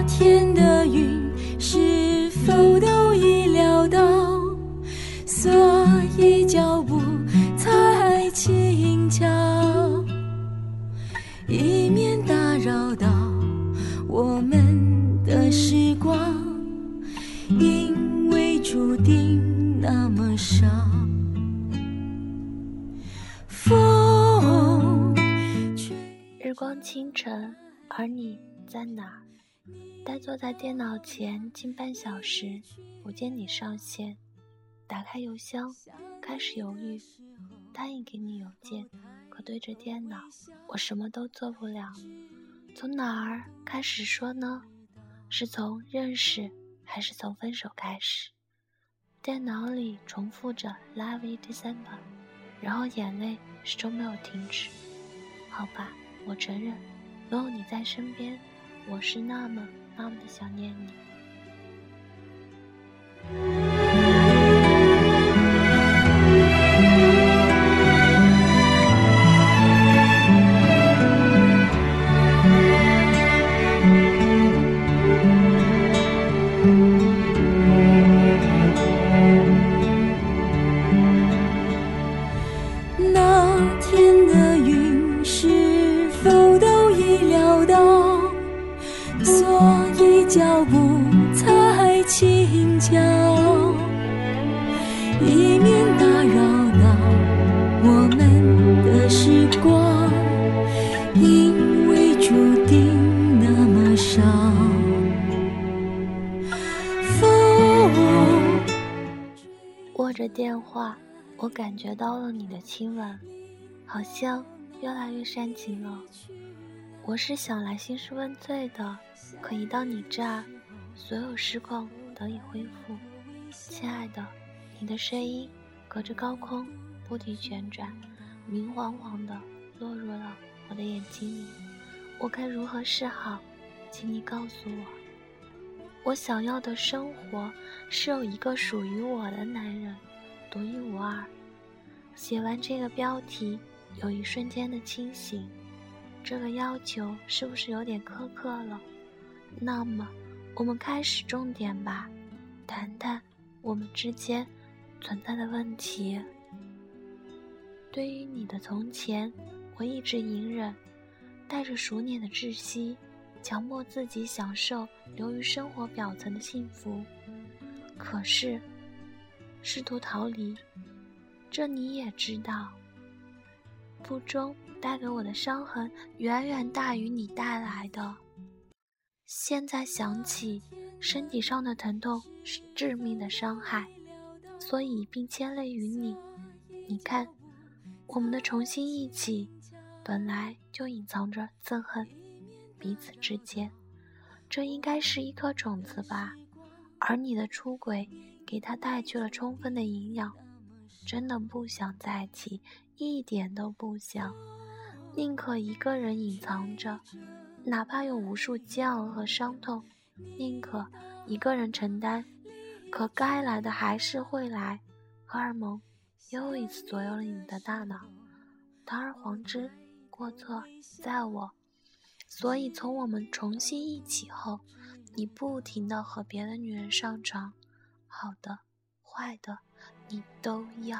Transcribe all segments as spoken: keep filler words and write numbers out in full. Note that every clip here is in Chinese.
天的云是否都已料到，所以脚步才轻巧，以免打扰到我们的时光，因为注定那么少。风日光清晨，而你在哪？呆坐在电脑前近半小时，不见你上线。打开邮箱，开始犹豫，答应给你邮件，可对着电脑，我什么都做不了。从哪儿开始说呢？是从认识，还是从分手开始？电脑里重复着 Love in December， 然后眼泪始终没有停止。好吧，我承认，没有你在身边，我是那么那么的想念你。 那天的云是否都已料到，所以脚步才轻巧，以免打扰到我们的时光，因为注定那么少。风握着电话，我感觉到了你的亲吻，好像越来越煽情了。我是想来兴师问罪的，可一到你这儿，所有失控得以恢复。亲爱的，你的声音隔着高空不停旋转，明晃晃地落入了我的眼睛里。我该如何是好？请你告诉我。我想要的生活是有一个属于我的男人，独一无二。写完这个标题，有一瞬间的清醒。这个要求是不是有点苛刻了？那么我们开始重点吧，谈谈我们之间存在的问题。对于你的从前，我一直隐忍，带着熟稔的窒息，强迫自己享受流于生活表层的幸福。可是试图逃离，这你也知道，腹中带给我的伤痕远远大于你带来的。现在想起，身体上的疼痛是致命的伤害，所以一并牵累于你。你看，我们的重新一起本来就隐藏着憎恨，彼此之间，这应该是一颗种子吧，而你的出轨给它带去了充分的营养。真的不想在一起，一点都不想，宁可一个人隐藏着，哪怕有无数煎熬和伤痛，宁可一个人承担。可该来的还是会来，荷尔蒙又一次左右了你的大脑，堂而皇之，过错在我。所以从我们重新一起后，你不停地和别的女人上床，好的坏的你都要。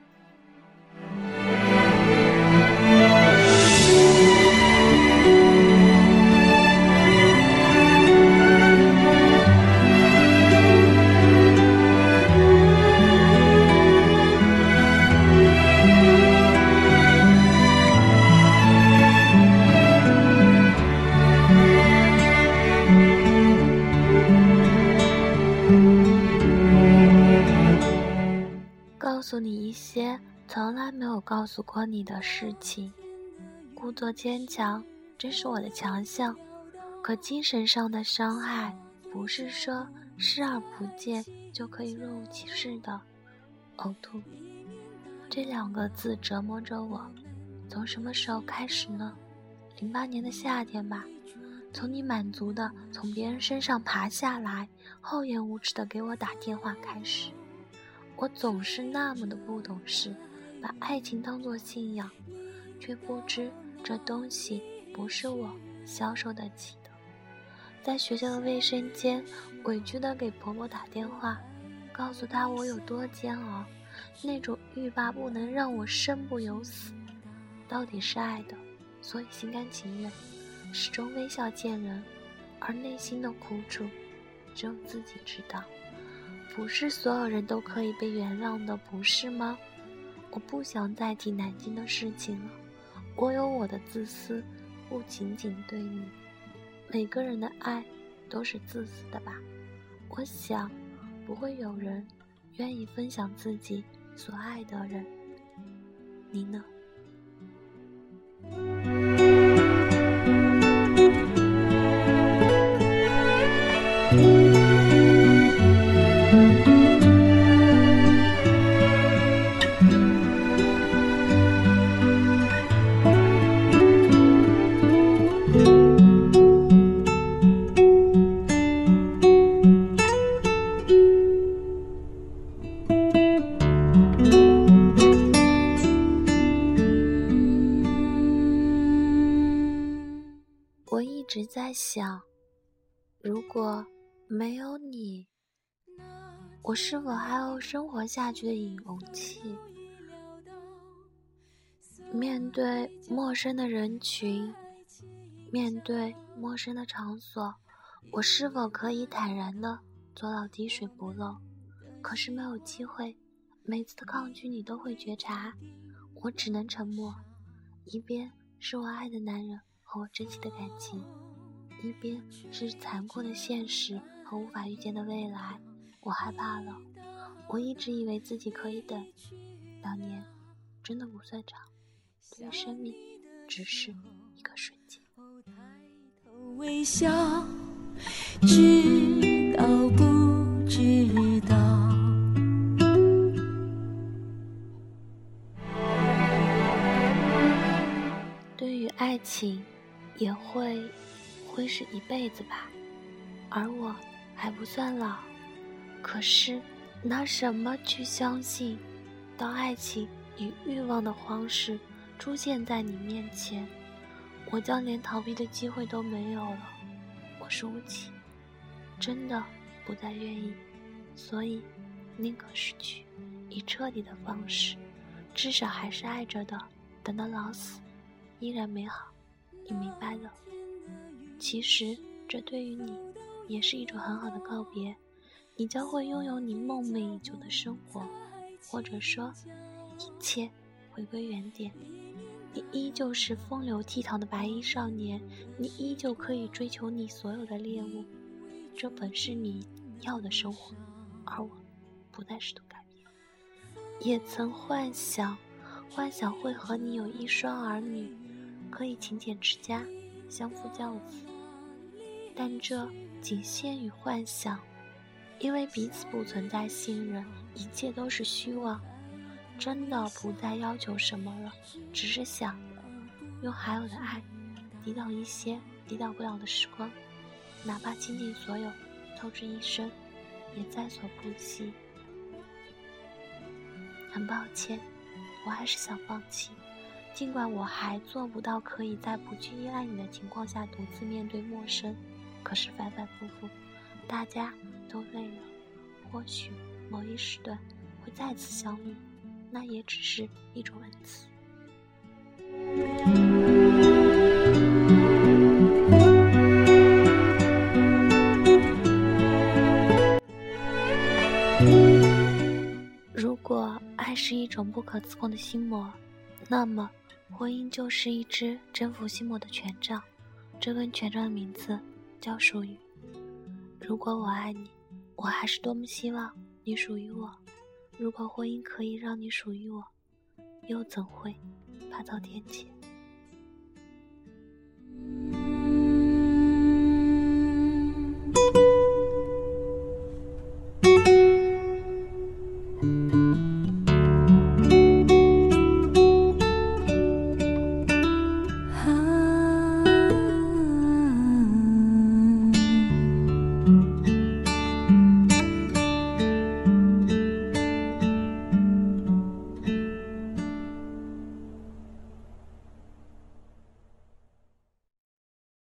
告诉你一些从来没有告诉过你的事情。故作坚强，这是我的强项。可精神上的伤害，不是说视而不见就可以若无其事的。呕吐，这两个字折磨着我。从什么时候开始呢？零八年的夏天吧。从你满足的从别人身上爬下来，厚颜无耻的给我打电话开始。我总是那么的不懂事，把爱情当作信仰，却不知这东西不是我消受得起的。 在学校的卫生间委屈地给婆婆打电话，告诉她我有多煎熬，那种欲罢不能让我生不由死。到底是爱的，所以心甘情愿，始终微笑见人，而内心的苦楚只有自己知道。不是所有人都可以被原谅的，不是吗？我不想再提南京的事情了，我有我的自私，不仅仅对你。每个人的爱都是自私的吧，我想不会有人愿意分享自己所爱的人，你呢？我一直在想，如果没有你，我是否还有生活下去的勇气？面对陌生的人群，面对陌生的场所，我是否可以坦然地做到滴水不漏？可是没有机会，每次的抗拒你都会觉察，我只能沉默。一边是我爱的男人和我珍惜的感情，一边是残酷的现实和无法预见的未来。我害怕了，我一直以为自己可以等，两年真的不算长，对于生命只是一个瞬间。 微笑，知道不知道？ 对于爱情，也会会是一辈子吧，而我还不算老。可是拿什么去相信，当爱情以欲望的方式出现在你面前，我将连逃避的机会都没有了。我输不起，真的不再愿意，所以宁可失去，以彻底的方式，至少还是爱着的，等到老死依然美好。你明白了，其实这对于你也是一种很好的告别，你将会拥有你梦寐以求的生活，或者说一切回归原点。你依旧是风流倜傥的白衣少年，你依旧可以追求你所有的猎物，这本是你要的生活，而我不再试图改变。也曾幻想幻想会和你有一双儿女，可以勤俭持家，相夫教子，但这仅限于幻想，因为彼此不存在信任，一切都是虚妄。真的不再要求什么了，只是想用还有的爱抵挡一些抵挡不了的时光，哪怕倾尽所有，透支一生，也在所不惜。很抱歉，我还是想放弃，尽管我还做不到可以在不去依赖你的情况下独自面对陌生，可是反反复复，大家都累了，或许某一时段会再次相遇，那也只是一种恩赐。如果爱是一种不可自控的心魔，那么婚姻就是一只征服心魔的权杖，这根权杖的名字叫属于。如果我爱你，我还是多么希望你属于我。如果婚姻可以让你属于我，又怎会怕遭天谴？